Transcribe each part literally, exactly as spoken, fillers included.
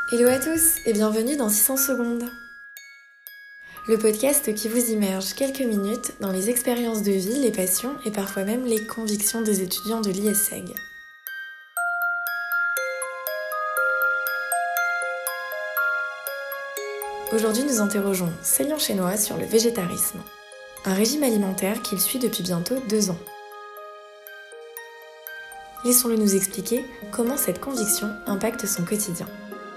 Hello à tous et bienvenue dans six cents secondes. Le podcast qui vous immerge quelques minutes dans les expériences de vie, les passions et parfois même les convictions des étudiants de l'I S E G. Aujourd'hui, nous interrogeons Célian Chénois sur le végétarisme, un régime alimentaire qu'il suit depuis bientôt deux ans. Laissons-le nous expliquer comment cette conviction impacte son quotidien.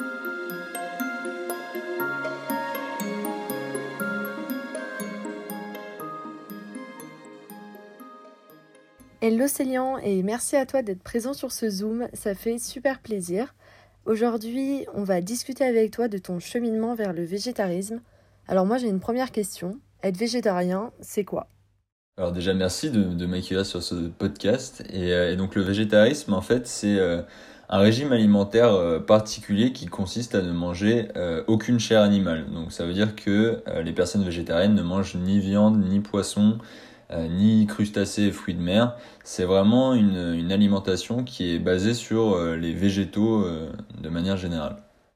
Hello Célian et merci à toi d'être présent sur ce Zoom, ça fait super plaisir. Aujourd'hui, on va discuter avec toi de ton cheminement vers le végétarisme. Alors moi j'ai une première question, être végétarien, c'est quoi ? Alors déjà merci de, de m'accueillir sur ce podcast et, euh, et donc le végétarisme en fait c'est euh, un régime alimentaire euh, particulier qui consiste à ne manger euh, aucune chair animale. Donc ça veut dire que euh, les personnes végétariennes ne mangent ni viande ni poisson, Euh, ni crustacés et fruits de mer. C'est vraiment une, une alimentation qui est basée sur euh, les végétaux euh, de manière générale.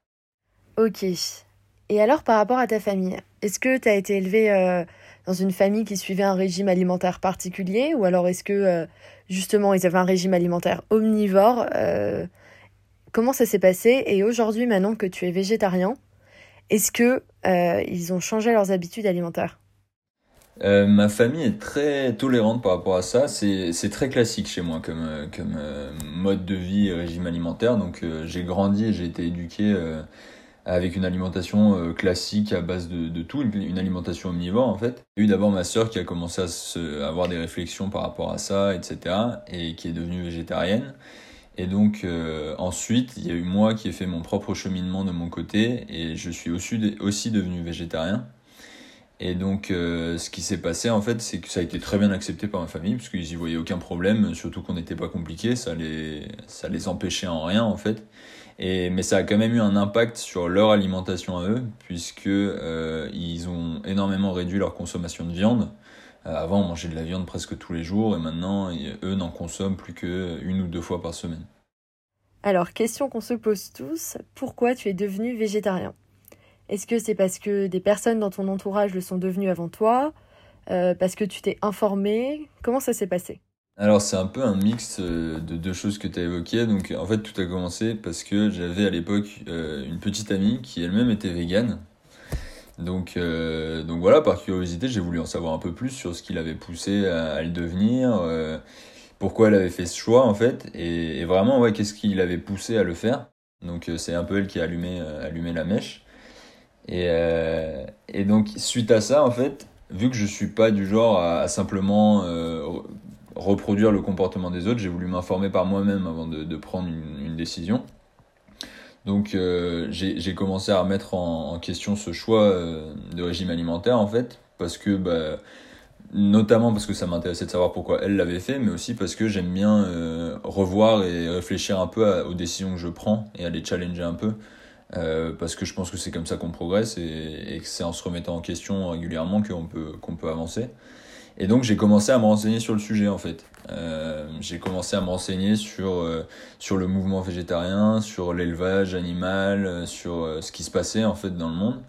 Ok. Et alors par rapport à ta famille, est-ce que tu as été élevé euh, dans une famille qui suivait un régime alimentaire particulier ou alors est-ce que euh, justement ils avaient un régime alimentaire omnivore euh, Comment ça s'est passé ? Et aujourd'hui, maintenant que tu es végétarien, est-ce que euh, ils ont changé leurs habitudes alimentaires ? Euh, ma famille est très tolérante par rapport à ça. C'est, c'est très classique chez moi comme, euh, comme euh, mode de vie et régime alimentaire. Donc euh, j'ai grandi et j'ai été éduqué euh, avec une alimentation euh, classique à base de, de tout, une, une alimentation omnivore en fait. J'ai eu d'abord ma sœur qui a commencé à se, à avoir des réflexions par rapport à ça, et cetera. Et qui est devenue végétarienne. Et donc euh, ensuite, il y a eu moi qui ai fait mon propre cheminement de mon côté et je suis aussi, aussi devenu végétarien. Et donc, euh, ce qui s'est passé, en fait, c'est que ça a été très bien accepté par ma famille, parce qu'ils y voyaient aucun problème, surtout qu'on n'était pas compliqué, ça les, ça les empêchait en rien, en fait. Et, mais ça a quand même eu un impact sur leur alimentation à eux, puisque euh, ils ont énormément réduit leur consommation de viande. Euh, avant, on mangeait de la viande presque tous les jours, et maintenant, ils, eux n'en consomment plus qu'une ou deux fois par semaine. Alors, question qu'on se pose tous, pourquoi tu es devenu végétarien ? Est-ce que c'est parce que des personnes dans ton entourage le sont devenues avant toi ? euh, Parce que tu t'es informé ? Comment ça s'est passé ? Alors c'est un peu un mix euh, de deux choses que tu as évoquées. Donc en fait tout a commencé parce que j'avais à l'époque euh, une petite amie qui elle-même était végane. Donc, euh, donc voilà, par curiosité, j'ai voulu en savoir un peu plus sur ce qui l'avait poussé à, à le devenir, euh, pourquoi elle avait fait ce choix en fait, et, et vraiment ouais, qu'est-ce qui l'avait poussé à le faire. Donc euh, c'est un peu elle qui a allumé, euh, allumé la mèche. Et, euh, et donc, suite à ça, en fait, vu que je suis pas du genre à, à simplement euh, re- reproduire le comportement des autres, j'ai voulu m'informer par moi-même avant de, de prendre une, une décision. Donc, euh, j'ai, j'ai commencé à remettre en, en question ce choix euh, de régime alimentaire, en fait, parce que, bah, notamment parce que ça m'intéressait de savoir pourquoi elle l'avait fait, mais aussi parce que j'aime bien euh, revoir et réfléchir un peu à- aux décisions que je prends et à les challenger un peu. Euh, parce que je pense que c'est comme ça qu'on progresse et, et que c'est en se remettant en question régulièrement qu'on peut, qu'on peut avancer. Et donc j'ai commencé à me renseigner sur le sujet en fait. Euh, j'ai commencé à me renseigner sur, euh, sur le mouvement végétarien, sur l'élevage animal, euh, sur euh, ce qui se passait en fait dans le monde.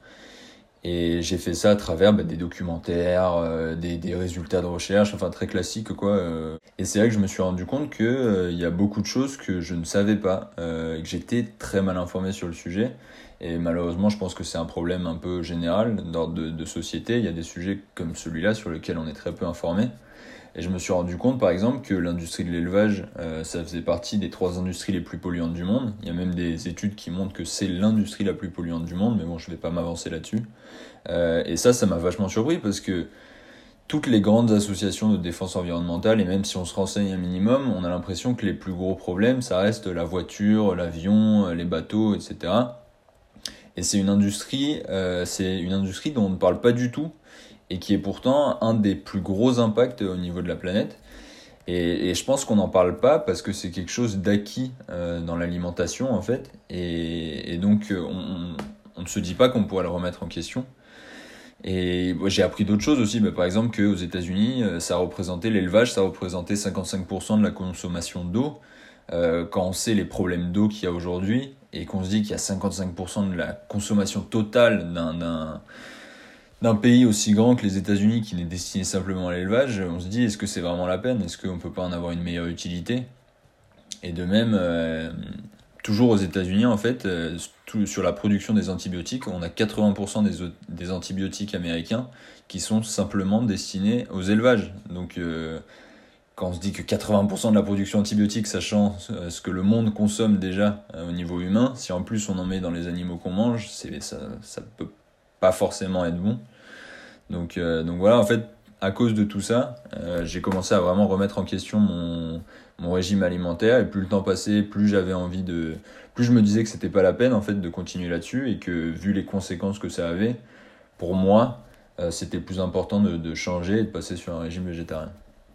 Et j'ai fait ça à travers bah, des documentaires, euh, des, des résultats de recherche, enfin très classique quoi. Euh. Et c'est là que je me suis rendu compte que euh, il y a beaucoup de choses que je ne savais pas, euh, et que j'étais très mal informé sur le sujet. Et malheureusement, je pense que c'est un problème un peu général d'ordre de, de société. Il y a des sujets comme celui-là sur lesquels on est très peu informé. Et je me suis rendu compte, par exemple, que l'industrie de l'élevage, euh, ça faisait partie des trois industries les plus polluantes du monde. Il y a même des études qui montrent que c'est l'industrie la plus polluante du monde, mais bon, je vais pas m'avancer là-dessus. Euh, et ça, ça m'a vachement surpris parce que toutes les grandes associations de défense environnementale, et même si on se renseigne un minimum, on a l'impression que les plus gros problèmes, ça reste la voiture, l'avion, les bateaux, et cetera. Et c'est une industrie, euh, c'est une industrie dont on ne parle pas du tout et qui est pourtant un des plus gros impacts au niveau de la planète. Et, et je pense qu'on n'en parle pas parce que c'est quelque chose d'acquis euh, dans l'alimentation en fait. Et, et donc on, on ne se dit pas qu'on pourrait le remettre en question. Et bon, j'ai appris d'autres choses aussi, bah, par exemple qu'aux États-Unis, euh, ça représentait l'élevage, ça représentait cinquante-cinq pour cent de la consommation d'eau. Euh, quand on sait les problèmes d'eau qu'il y a aujourd'hui et qu'on se dit qu'il y a cinquante-cinq pour cent de la consommation totale d'un, d'un, d'un pays aussi grand que les États-Unis qui n'est destiné simplement à l'élevage, on se dit est-ce que c'est vraiment la peine ? Est-ce qu'on peut pas en avoir une meilleure utilité ? Et de même, euh, toujours aux États-Unis, en fait, euh, tout, sur la production des antibiotiques, on a quatre-vingts pour cent des, des antibiotiques américains qui sont simplement destinés aux élevages. Donc, euh, quand on se dit que quatre-vingts pour cent de la production antibiotique, sachant ce que le monde consomme déjà euh, au niveau humain, si en plus on en met dans les animaux qu'on mange, c'est, ça ça peut pas forcément être bon. Donc, euh, donc voilà, en fait, à cause de tout ça, euh, j'ai commencé à vraiment remettre en question mon, mon régime alimentaire, et plus le temps passait, plus j'avais envie de... plus je me disais que c'était pas la peine en fait de continuer là-dessus, et que vu les conséquences que ça avait, pour moi, euh, c'était plus important de, de changer et de passer sur un régime végétarien.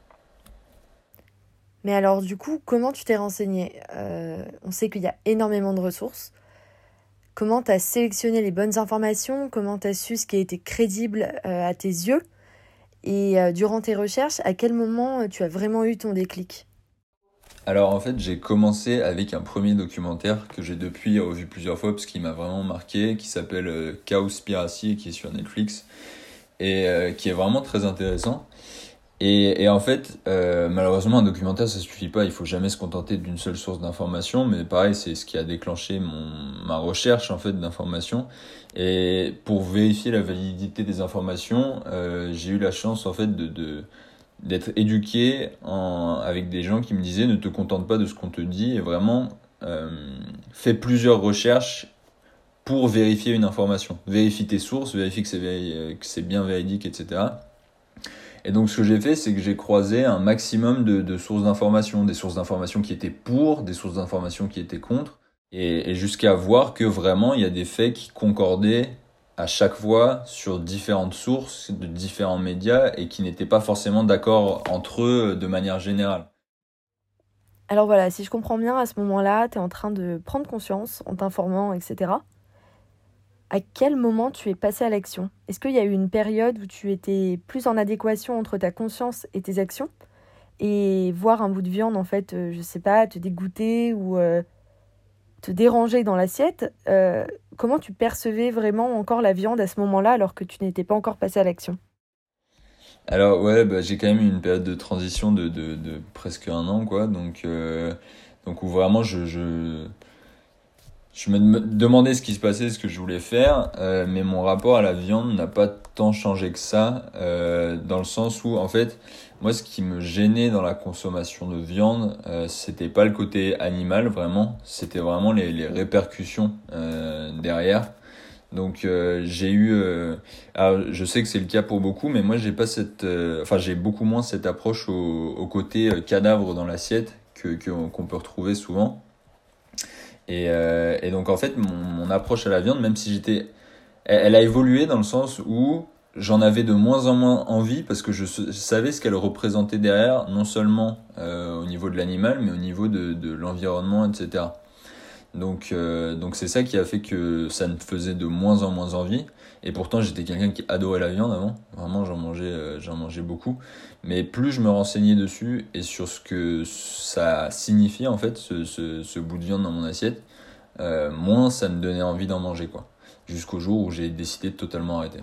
Mais alors du coup, comment tu t'es renseigné ? euh, On sait qu'il y a énormément de ressources. Comment tu as sélectionné les bonnes informations ? Comment tu as su ce qui a été crédible euh, à tes yeux ? Et euh, durant tes recherches, à quel moment tu as vraiment eu ton déclic ? Alors en fait, j'ai commencé avec un premier documentaire que j'ai depuis revu plusieurs fois parce qu'il m'a vraiment marqué, qui s'appelle euh, Cowspiracy, qui est sur Netflix, et euh, qui est vraiment très intéressant. Et, et en fait, euh, malheureusement, un documentaire, ça suffit pas. Il faut jamais se contenter d'une seule source d'information. Mais pareil, c'est ce qui a déclenché mon, ma recherche en fait d'informations. Et pour vérifier la validité des informations, euh, j'ai eu la chance en fait de, de d'être éduqué en, avec des gens qui me disaient ne te contente pas de ce qu'on te dit et vraiment euh, fais plusieurs recherches pour vérifier une information. Vérifie tes sources, vérifie que c'est, véri- que c'est bien véridique, et cetera. Et donc ce que j'ai fait, c'est que j'ai croisé un maximum de, de sources d'informations, des sources d'informations qui étaient pour, des sources d'informations qui étaient contre, et, et jusqu'à voir que vraiment il y a des faits qui concordaient à chaque fois sur différentes sources, de différents médias, et qui n'étaient pas forcément d'accord entre eux de manière générale. Alors voilà, si je comprends bien, à ce moment-là, tu es en train de prendre conscience en t'informant, et cetera. À quel moment tu es passé à l'action ? Est-ce qu'il y a eu une période où tu étais plus en adéquation entre ta conscience et tes actions ? Et voir un bout de viande, en fait, euh, je sais pas, te dégoûter ou euh, te déranger dans l'assiette, euh, comment tu percevais vraiment encore la viande à ce moment-là alors que tu n'étais pas encore passé à l'action ? Alors ouais, bah, j'ai quand même eu une période de transition de, de, de presque un an, quoi. Donc, euh, donc où vraiment je... je... Je me demandais ce qui se passait, ce que je voulais faire, euh, mais mon rapport à la viande n'a pas tant changé que ça, euh, dans le sens où, en fait, moi, ce qui me gênait dans la consommation de viande, euh, c'était pas le côté animal, vraiment, c'était vraiment les, les répercussions euh, derrière. Donc, euh, j'ai eu... Euh, alors, je sais que c'est le cas pour beaucoup, mais moi, j'ai pas cette... Euh, enfin, j'ai beaucoup moins cette approche au, au côté euh, cadavre dans l'assiette que, que, qu'on peut retrouver souvent. Et, euh, et donc en fait mon, mon approche à la viande, même si j'étais, elle, elle a évolué dans le sens où j'en avais de moins en moins envie parce que je, je savais ce qu'elle représentait derrière, non seulement euh, au niveau de l'animal, mais au niveau de, de l'environnement, et cetera. Donc, euh, donc c'est ça qui a fait que ça me faisait de moins en moins envie. Et pourtant j'étais quelqu'un qui adorait la viande avant, vraiment j'en mangeais, euh, j'en mangeais beaucoup. Mais plus je me renseignais dessus et sur ce que ça signifie en fait, ce, ce, ce bout de viande dans mon assiette, euh, moins ça me donnait envie d'en manger, quoi. Jusqu'au jour où j'ai décidé de totalement arrêter.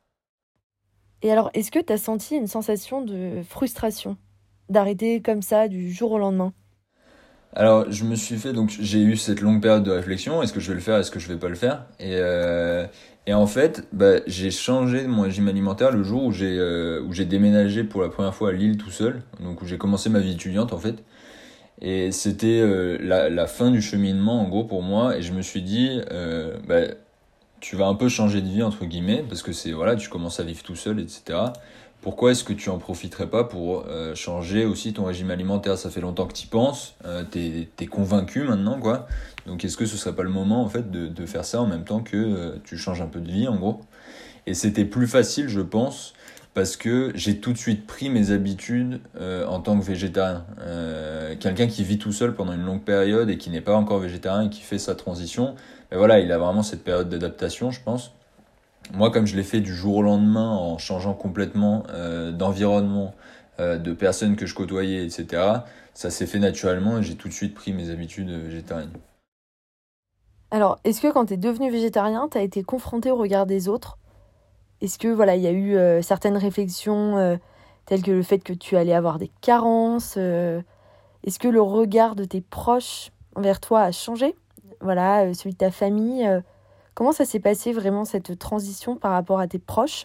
Et alors, est-ce que tu as senti une sensation de frustration d'arrêter comme ça du jour au lendemain ? Alors, je me suis fait, donc j'ai eu cette longue période de réflexion, est-ce que je vais le faire, est-ce que je vais pas le faire ? Et, euh, et en fait, bah, j'ai changé mon régime alimentaire le jour où j'ai, euh, où j'ai déménagé pour la première fois à Lille tout seul, donc où j'ai commencé ma vie étudiante en fait. Et c'était euh, la, la fin du cheminement en gros pour moi, et je me suis dit, euh, bah, tu vas un peu changer de vie entre guillemets, parce que c'est, voilà, tu commences à vivre tout seul, et cetera. Pourquoi est-ce que tu en profiterais pas pour euh, changer aussi ton régime alimentaire ? Ça fait longtemps que tu y penses, euh, t'es, t'es convaincu maintenant, quoi. Donc est-ce que ce serait pas le moment en fait de, de faire ça en même temps que euh, tu changes un peu de vie en gros ? Et c'était plus facile, je pense, parce que j'ai tout de suite pris mes habitudes euh, en tant que végétarien. Euh, quelqu'un qui vit tout seul pendant une longue période et qui n'est pas encore végétarien et qui fait sa transition, ben voilà, il a vraiment cette période d'adaptation, je pense. Moi, comme je l'ai fait du jour au lendemain en changeant complètement euh, d'environnement, euh, de personnes que je côtoyais, et cetera, ça s'est fait naturellement et j'ai tout de suite pris mes habitudes végétariennes. Alors, est-ce que quand tu es devenu végétarien, tu as été confronté au regard des autres? Est-ce que voilà, il y a eu euh, certaines réflexions euh, telles que le fait que tu allais avoir des carences euh, Est-ce que le regard de tes proches envers toi a changé? Voilà, euh, celui de ta famille. euh, comment ça s'est passé vraiment cette transition par rapport à tes proches?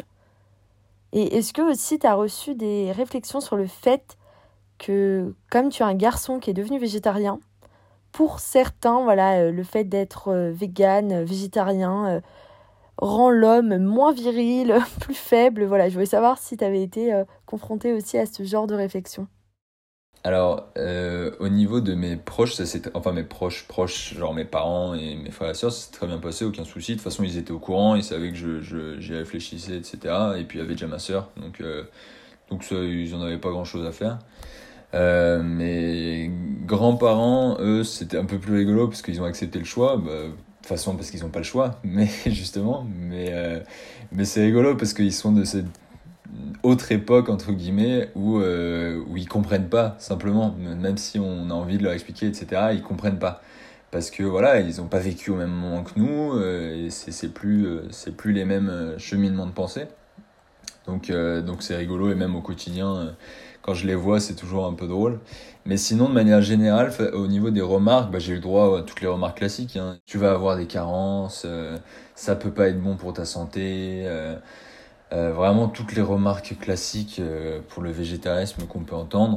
Et est-ce que aussi tu as reçu des réflexions sur le fait que comme tu es un garçon qui est devenu végétarien, pour certains, voilà, euh, le fait d'être euh, vegan, euh, végétarien, euh, rend l'homme moins viril, plus faible. Voilà, je voulais savoir si tu avais été euh, confronté aussi à ce genre de réflexion. Alors, euh, au niveau de mes proches, ça s'est, enfin mes proches, proches, genre mes parents et mes frères et sœurs, ça s'est très bien passé, aucun souci. De toute façon, ils étaient au courant, ils savaient que je, je, j'y réfléchissais, et cetera. Et puis, il y avait déjà ma sœur, donc, euh, donc ça, ils en avaient pas grand-chose à faire. Euh, mes grands-parents, eux, c'était un peu plus rigolo parce qu'ils ont accepté le choix. Bah, de toute façon, parce qu'ils n'ont pas le choix, mais justement. Mais, euh, mais c'est rigolo parce qu'ils sont de cette autre époque, entre guillemets, où, euh, où ils comprennent pas, simplement. Même si on a envie de leur expliquer, et cetera, ils comprennent pas. Parce que voilà, ils n'ont pas vécu au même moment que nous, euh, et c'est, c'est, plus, euh, c'est plus les mêmes euh, cheminements de pensée. Donc, euh, donc c'est rigolo, et même au quotidien, euh, quand je les vois, c'est toujours un peu drôle. Mais sinon, de manière générale, au niveau des remarques, bah, j'ai eu le droit à toutes les remarques classiques. Hein. Tu vas avoir des carences, euh, ça peut pas être bon pour ta santé. Euh, euh, vraiment toutes les remarques classiques euh, pour le végétarisme qu'on peut entendre.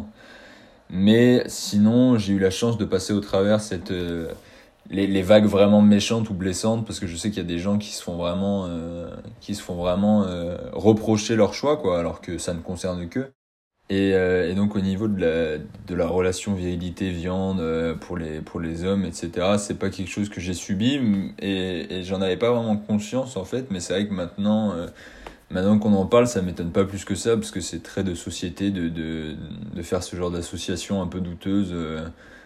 Mais sinon, j'ai eu la chance de passer au travers cette, euh, les, les vagues vraiment méchantes ou blessantes, parce que je sais qu'il y a des gens qui se font vraiment, euh, qui se font vraiment euh, reprocher leur choix, quoi, alors que ça ne concerne qu'eux. Et, euh, et donc au niveau de la, de la relation virilité-viande euh, pour, les, pour les hommes, et cetera, c'est pas quelque chose que j'ai subi, et, et j'en avais pas vraiment conscience en fait, mais c'est vrai que maintenant, euh, maintenant qu'on en parle, ça m'étonne pas plus que ça, parce que c'est très de société de, de, de faire ce genre d'association un peu douteuse. Euh,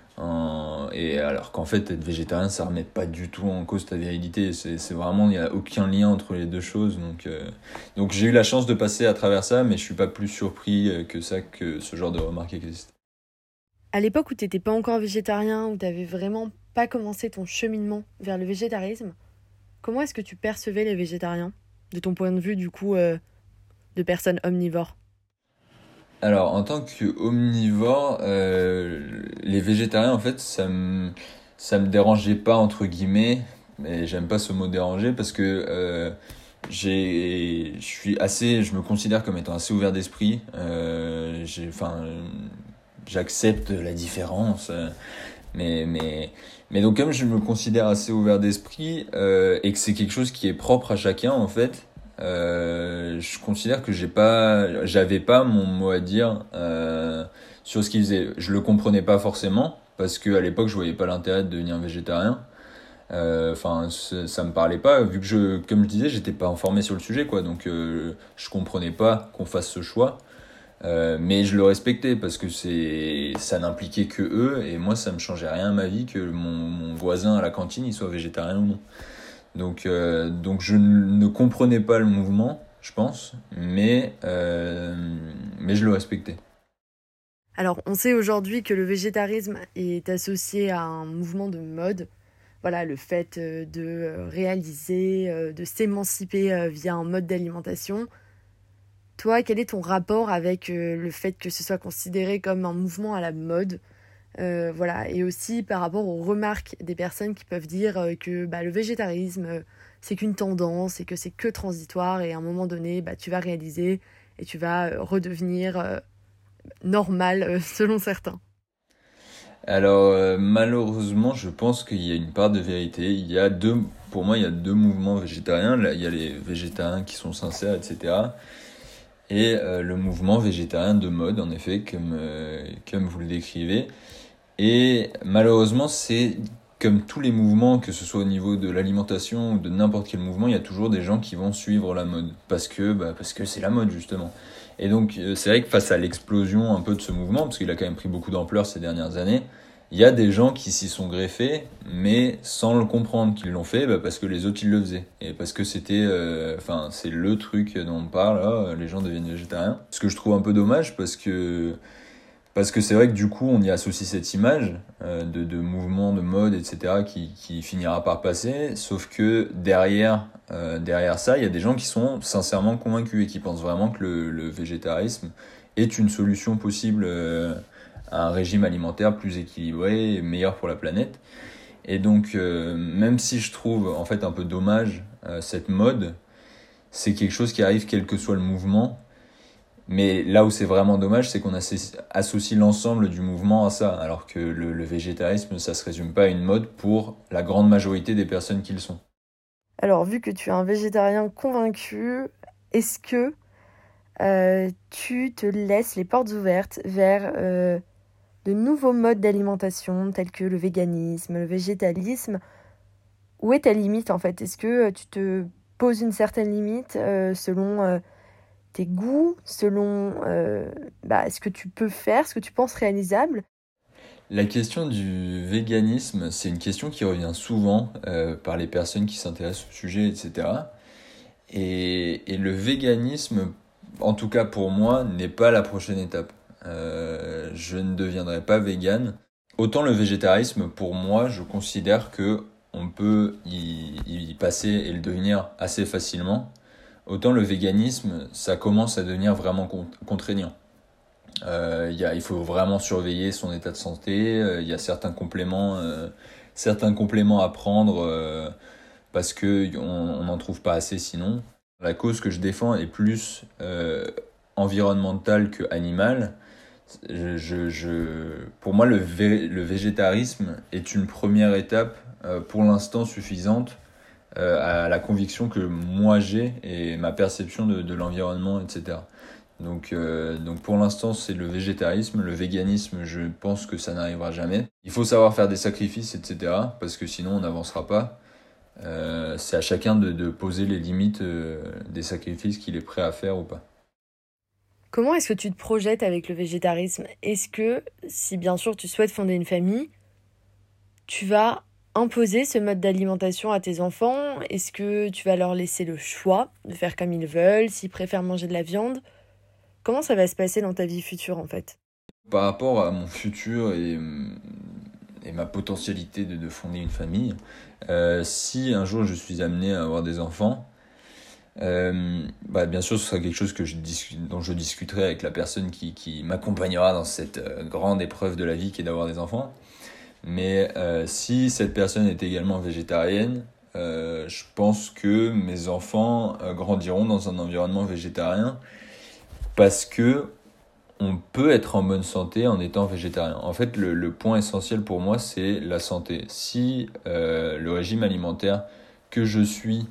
en- et alors qu'en fait, être végétarien, ça remet pas du tout en cause ta virilité. C'est, c'est vraiment, il n'y a aucun lien entre les deux choses. Donc, euh, donc j'ai eu la chance de passer à travers ça, mais je suis pas plus surpris que ça que ce genre de remarques existe. À l'époque où tu n'étais pas encore végétarien, où tu n'avais vraiment pas commencé ton cheminement vers le végétarisme, comment est-ce que tu percevais les végétariens, de ton point de vue du coup euh, de personne omnivore? Alors, en tant qu'omnivore, euh, les végétariens, en fait, ça me, ça me dérangeait pas, entre guillemets, mais j'aime pas ce mot déranger parce que euh, j'ai, je suis assez, je me considère comme étant assez ouvert d'esprit. Euh, j'ai, enfin, j'accepte la différence, euh, mais, mais, mais donc comme je me considère assez ouvert d'esprit euh, et que c'est quelque chose qui est propre à chacun, en fait. Euh, je considère que j'ai pas, j'avais pas mon mot à dire euh, sur ce qu'ils faisaient. Je le comprenais pas forcément parce que à l'époque je voyais pas l'intérêt de devenir végétarien. Euh, Enfin, ça, ça me parlait pas vu que je, comme je disais, j'étais pas informé sur le sujet quoi. Donc euh, je comprenais pas qu'on fasse ce choix. Euh, mais je le respectais parce que c'est, ça n'impliquait que eux et moi ça me changeait rien à ma vie que mon, mon voisin à la cantine il soit végétarien ou non. Donc, euh, donc je ne comprenais pas le mouvement, je pense, mais, euh, mais je le respectais. Alors, on sait aujourd'hui que le végétarisme est associé à un mouvement de mode. Voilà, le fait euh, de euh, réaliser, euh, de s'émanciper euh, via un mode d'alimentation. Toi, quel est ton rapport avec euh, le fait que ce soit considéré comme un mouvement à la mode? Euh, voilà, et aussi par rapport aux remarques des personnes qui peuvent dire euh, que bah, le végétarisme, euh, c'est qu'une tendance et que c'est que transitoire et à un moment donné, bah, tu vas réaliser et tu vas euh, redevenir euh, normal euh, selon certains. Alors, euh, malheureusement, je pense qu'il y a une part de vérité. Il y a deux, pour moi, il y a deux mouvements végétariens. Là, il y a les végétariens qui sont sincères, et cetera. Et euh, le mouvement végétarien de mode, en effet, comme, euh, comme vous le décrivez. Et malheureusement, c'est comme tous les mouvements, que ce soit au niveau de l'alimentation ou de n'importe quel mouvement, il y a toujours des gens qui vont suivre la mode. Parce que, bah, parce que c'est la mode, justement. Et donc, euh, c'est vrai que face à l'explosion un peu de ce mouvement, parce qu'il a quand même pris beaucoup d'ampleur ces dernières années, il y a des gens qui s'y sont greffés, mais sans le comprendre qu'ils l'ont fait, bah, parce que les autres, ils le faisaient. Et parce que c'était, enfin, euh, c'est le truc dont on parle, là, les gens deviennent végétariens. Ce que je trouve un peu dommage, parce que Parce que c'est vrai que du coup, on y associe cette image euh, de, de mouvement, de mode, et cetera qui, qui finira par passer. Sauf que derrière, euh, derrière ça, il y a des gens qui sont sincèrement convaincus et qui pensent vraiment que le, le végétarisme est une solution possible euh, à un régime alimentaire plus équilibré et meilleur pour la planète. Et donc, euh, même si je trouve en fait un peu dommage euh, cette mode, c'est quelque chose qui arrive quel que soit le mouvement. Mais là où c'est vraiment dommage, c'est qu'on associe l'ensemble du mouvement à ça, alors que le, le végétarisme, ça se résume pas à une mode pour la grande majorité des personnes qui le sont. Alors, vu que tu es un végétarien convaincu, est-ce que euh, tu te laisses les portes ouvertes vers euh, de nouveaux modes d'alimentation, tels que le véganisme, le végétalisme? Où est ta limite, en fait? Est-ce que tu te poses une certaine limite euh, selon... Euh, tes goûts, selon euh, bah, ce que tu peux faire, ce que tu penses réalisable? La question du véganisme, c'est une question qui revient souvent euh, par les personnes qui s'intéressent au sujet, et cetera. Et, et le véganisme, en tout cas pour moi, n'est pas la prochaine étape. Euh, je ne deviendrai pas végane. Autant le végétarisme, pour moi, je considère que on peut y, y passer et le devenir assez facilement. Autant le véganisme, ça commence à devenir vraiment contraignant. Euh, y a, il faut vraiment surveiller son état de santé. Il euh, y a certains compléments, euh, certains compléments à prendre euh, parce que on n'en trouve pas assez sinon. La cause que je défends est plus euh, environnementale que animale. Je, je, je, pour moi, le, vé, le végétarisme est une première étape, euh, pour l'instant suffisante, Euh, à la conviction que moi j'ai et ma perception de, de l'environnement, et cetera. Donc, euh, donc pour l'instant, c'est le végétarisme. Le véganisme, je pense que ça n'arrivera jamais. Il faut savoir faire des sacrifices, et cetera. Parce que sinon, on n'avancera pas. Euh, c'est à chacun de, de poser les limites euh, des sacrifices qu'il est prêt à faire ou pas. Comment est-ce que tu te projettes avec le végétarisme? Est-ce que, si bien sûr tu souhaites fonder une famille, tu vas imposer ce mode d'alimentation à tes enfants? Est-ce que tu vas leur laisser le choix de faire comme ils veulent, s'ils préfèrent manger de la viande? Comment ça va se passer dans ta vie future, en fait? Par rapport à mon futur et, et ma potentialité de, de fonder une famille, euh, si un jour je suis amené à avoir des enfants, euh, bah bien sûr ce sera quelque chose que je discute, dont je discuterai avec la personne qui, qui m'accompagnera dans cette euh, grande épreuve de la vie qui est d'avoir des enfants. Mais euh, si cette personne est également végétarienne, euh, je pense que mes enfants euh, grandiront dans un environnement végétarien parce que on peut être en bonne santé en étant végétarien. En fait, le, le point essentiel pour moi, c'est la santé. Si euh, le régime alimentaire que je suis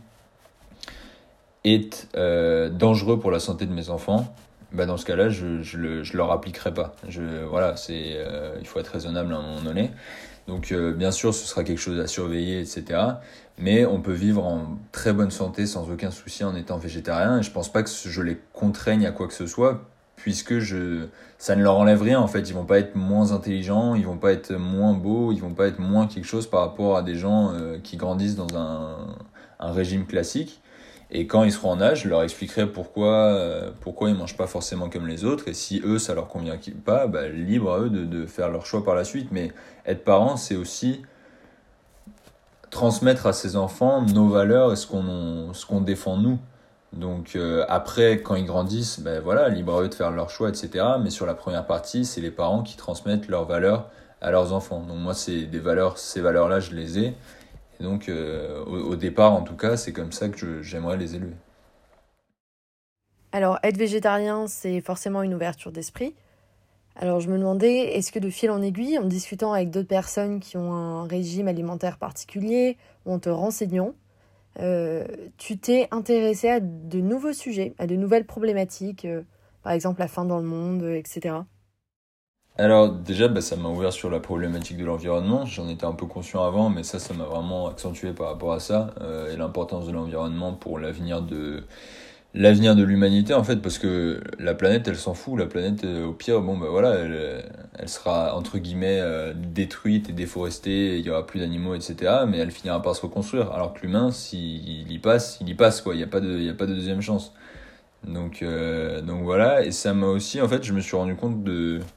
est euh, dangereux pour la santé de mes enfants, bah dans ce cas-là, je je le je leur appliquerai pas. Je voilà, c'est euh, il faut être raisonnable à un moment donné. Donc euh, bien sûr, ce sera quelque chose à surveiller, et cetera. Mais on peut vivre en très bonne santé sans aucun souci en étant végétarien. Et je pense pas que je les contraigne à quoi que ce soit, puisque je ça ne leur enlève rien en fait. Ils vont pas être moins intelligents, ils vont pas être moins beaux, ils vont pas être moins quelque chose par rapport à des gens euh, qui grandissent dans un un régime classique. Et quand ils seront en âge, je leur expliquerai pourquoi, euh, pourquoi ils mangent pas forcément comme les autres. Et si eux, ça leur convient pas, bah, libre à eux de, de faire leur choix par la suite. Mais être parent, c'est aussi transmettre à ses enfants nos valeurs et ce qu'on, ce qu'on défend nous. Donc euh, après, quand ils grandissent, ben voilà, libre à eux de faire leur choix, et cetera. Mais sur la première partie, c'est les parents qui transmettent leurs valeurs à leurs enfants. Donc moi, c'est des valeurs, ces valeurs-là, je les ai. Et donc, euh, au, au départ, en tout cas, c'est comme ça que je, j'aimerais les élever. Alors, être végétarien, c'est forcément une ouverture d'esprit. Alors, je me demandais, est-ce que de fil en aiguille, en discutant avec d'autres personnes qui ont un régime alimentaire particulier, ou en te renseignant, euh, tu t'es intéressé à de nouveaux sujets, à de nouvelles problématiques, euh, par exemple la faim dans le monde, euh, et cetera. Alors déjà, bah, ça m'a ouvert sur la problématique de l'environnement. J'en étais un peu conscient avant, mais ça, ça m'a vraiment accentué par rapport à ça euh, et l'importance de l'environnement pour l'avenir de l'avenir de l'humanité en fait, parce que la planète, elle s'en fout. La planète, euh, au pire, bon bah voilà, elle, elle sera entre guillemets euh, détruite et déforestée. Il y aura plus d'animaux, et cetera. Mais elle finira par se reconstruire. Alors que l'humain, s'il y passe, il y passe quoi. Il y a pas de, il y a pas de deuxième chance. Donc euh, donc voilà. Et ça m'a aussi, en fait, je me suis rendu compte de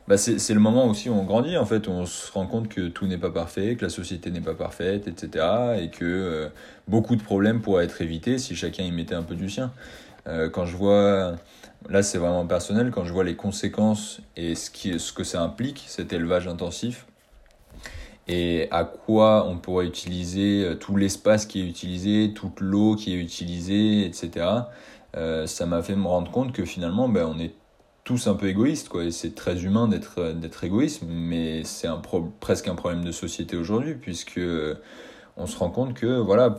bah c'est, c'est le moment aussi où on grandit, en fait, où on se rend compte que tout n'est pas parfait, que la société n'est pas parfaite, et cetera. Et que euh, beaucoup de problèmes pourraient être évités si chacun y mettait un peu du sien. Euh, quand je vois, là c'est vraiment personnel, quand je vois les conséquences et ce, qui, ce que ça implique, cet élevage intensif, et à quoi on pourrait utiliser euh, tout l'espace qui est utilisé, toute l'eau qui est utilisée, et cetera. Euh, ça m'a fait me rendre compte que finalement, ben, on est tous un peu égoïstes, quoi. Et c'est très humain d'être, d'être égoïste, mais c'est un pro- presque un problème de société aujourd'hui, puisque euh, on se rend compte que, voilà,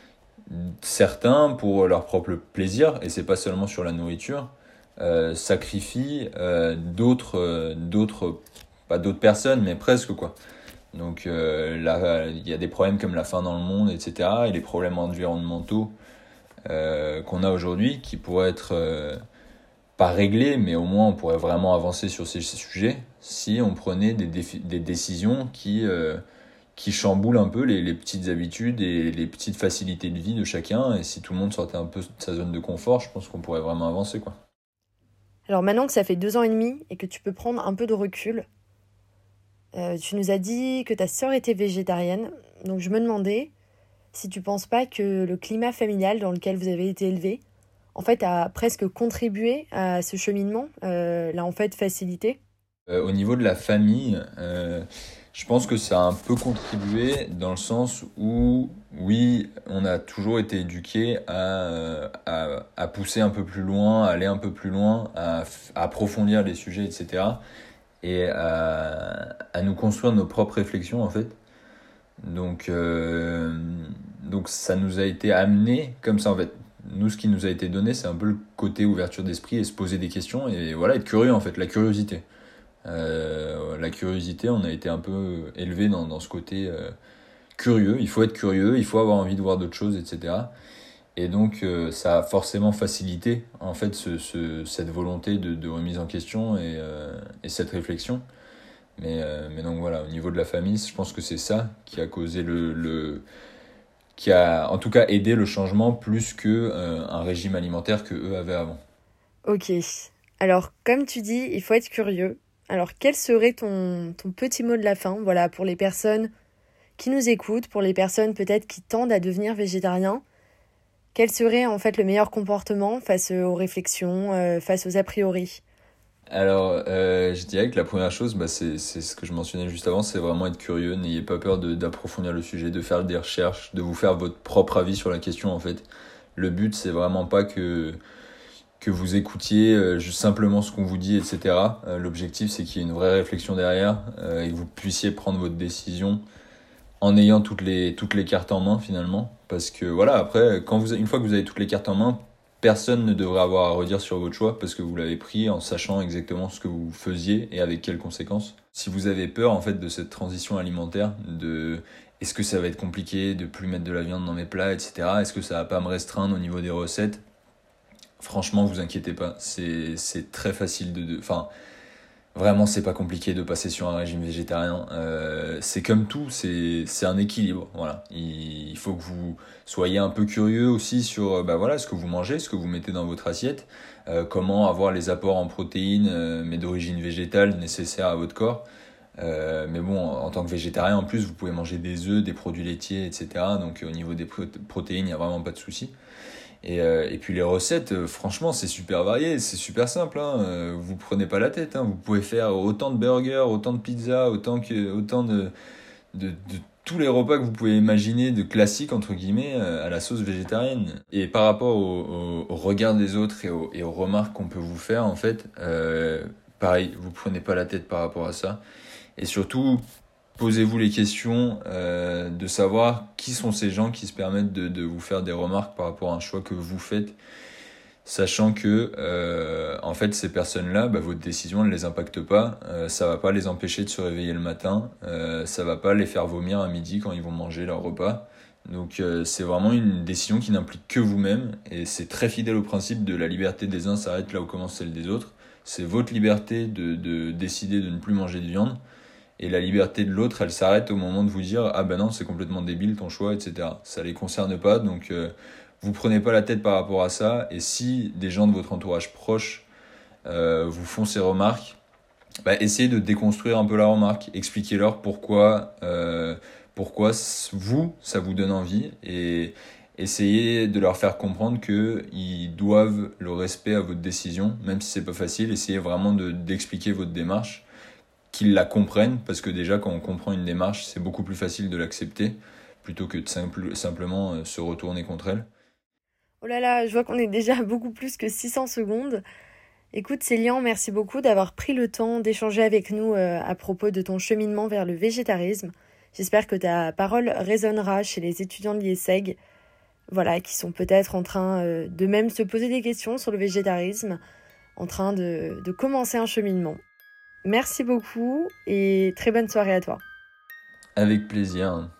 certains, pour leur propre plaisir, et c'est pas seulement sur la nourriture, euh, sacrifient euh, d'autres, euh, d'autres, pas d'autres personnes, mais presque, quoi. Donc euh, là, il y a des problèmes comme la faim dans le monde, et cetera. Et les problèmes environnementaux euh, qu'on a aujourd'hui, qui pourraient être euh, pas réglés, mais au moins on pourrait vraiment avancer sur ces sujets si on prenait des, défi- des décisions qui, euh, qui chamboulent un peu les, les petites habitudes et les petites facilités de vie de chacun. Et si tout le monde sortait un peu de sa zone de confort, je pense qu'on pourrait vraiment avancer, quoi. Alors maintenant que ça fait deux ans et demi et que tu peux prendre un peu de recul, euh, tu nous as dit que ta sœur était végétarienne. Donc je me demandais si tu penses pas que le climat familial dans lequel vous avez été élevés, en fait, a presque contribué à ce cheminement, euh, l'a en fait facilité. Euh, au niveau de la famille, euh, je pense que ça a un peu contribué dans le sens où, oui, on a toujours été éduqués à, à, à pousser un peu plus loin, à aller un peu plus loin, à, à approfondir les sujets, et cetera. Et à, à nous construire nos propres réflexions, en fait. Donc, euh, donc ça nous a été amené comme ça, en fait. Nous, ce qui nous a été donné, c'est un peu le côté ouverture d'esprit et se poser des questions et voilà, être curieux, en fait, la curiosité. Euh, la curiosité, on a été un peu élevé dans, dans ce côté euh, curieux. Il faut être curieux, il faut avoir envie de voir d'autres choses, et cetera. Et donc, euh, ça a forcément facilité, en fait, ce, ce, cette volonté de, de remise en question et, euh, et cette réflexion. Mais, euh, mais donc voilà, au niveau de la famille, je pense que c'est ça qui a causé le, le qui a en tout cas aidé le changement plus que euh, un régime alimentaire que eux avaient avant. Ok. Alors, comme tu dis, il faut être curieux. Alors, quel serait ton, ton petit mot de la fin, voilà, pour les personnes qui nous écoutent, pour les personnes peut-être qui tendent à devenir végétariens? Quel serait en fait le meilleur comportement face aux réflexions, euh, face aux a priori? Alors, euh, je dirais que la première chose, bah, c'est, c'est ce que je mentionnais juste avant, c'est vraiment être curieux. N'ayez pas peur de, d'approfondir le sujet, de faire des recherches, de vous faire votre propre avis sur la question, en fait. Le but, c'est vraiment pas que, que vous écoutiez euh, juste simplement ce qu'on vous dit, et cetera. Euh, l'objectif, c'est qu'il y ait une vraie réflexion derrière euh, et que vous puissiez prendre votre décision en ayant toutes les, toutes les cartes en main, finalement. Parce que, voilà, après, quand vous, une fois que vous avez toutes les cartes en main, personne ne devrait avoir à redire sur votre choix parce que vous l'avez pris en sachant exactement ce que vous faisiez et avec quelles conséquences. Si vous avez peur en fait de cette transition alimentaire, de est-ce que ça va être compliqué de plus mettre de la viande dans mes plats, et cetera. Est-ce que ça va pas me restreindre au niveau des recettes? Franchement, vous inquiétez pas, c'est c'est très facile de, enfin. Vraiment, c'est pas compliqué de passer sur un régime végétarien. Euh, c'est comme tout, c'est c'est un équilibre. Voilà, il, il faut que vous soyez un peu curieux aussi sur bah voilà ce que vous mangez, ce que vous mettez dans votre assiette, euh, comment avoir les apports en protéines, euh, mais d'origine végétale nécessaires à votre corps. Euh, mais bon, en tant que végétarien, en plus, vous pouvez manger des œufs, des produits laitiers, et cetera. Donc au niveau des pro- protéines, il n'y a vraiment pas de souci. Et, euh, et puis les recettes, euh, franchement, c'est super varié, c'est super simple. Hein. Euh, vous prenez pas la tête. Hein. Vous pouvez faire autant de burgers, autant de pizzas, autant que autant de, de, de tous les repas que vous pouvez imaginer de classiques entre guillemets euh, à la sauce végétarienne. Et par rapport au, au, au regard des autres et, au, et aux remarques qu'on peut vous faire, en fait, euh, pareil, vous prenez pas la tête par rapport à ça. Et surtout, posez-vous les questions euh, de savoir qui sont ces gens qui se permettent de, de vous faire des remarques par rapport à un choix que vous faites, sachant que euh, en fait ces personnes-là, bah, votre décision ne les impacte pas, euh, ça va pas les empêcher de se réveiller le matin, euh, ça va pas les faire vomir à midi quand ils vont manger leur repas. Donc euh, c'est vraiment une décision qui n'implique que vous-même et c'est très fidèle au principe de la liberté des uns s'arrête là où commence celle des autres. C'est votre liberté de, de décider de ne plus manger de viande. Et la liberté de l'autre, elle s'arrête au moment de vous dire « Ah ben non, c'est complètement débile ton choix, et cetera » Ça les concerne pas, donc euh, vous prenez pas la tête par rapport à ça. Et si des gens de votre entourage proche euh, vous font ces remarques, bah, essayer de déconstruire un peu la remarque, expliquer-leur pourquoi, euh, pourquoi vous, ça vous donne envie, et essayer de leur faire comprendre qu'ils doivent le respect à votre décision, même si c'est pas facile. Essayez vraiment de, d'expliquer votre démarche, qu'ils la comprennent, parce que déjà quand on comprend une démarche, c'est beaucoup plus facile de l'accepter, plutôt que de simple, simplement euh, se retourner contre elle. Oh là là, je vois qu'on est déjà à beaucoup plus que six cents secondes. Écoute Célian, merci beaucoup d'avoir pris le temps d'échanger avec nous euh, à propos de ton cheminement vers le végétarisme. J'espère que ta parole résonnera chez les étudiants de l'I E S E G, voilà, qui sont peut-être en train euh, de même se poser des questions sur le végétarisme, en train de, de commencer un cheminement. Merci beaucoup et très bonne soirée à toi. Avec plaisir.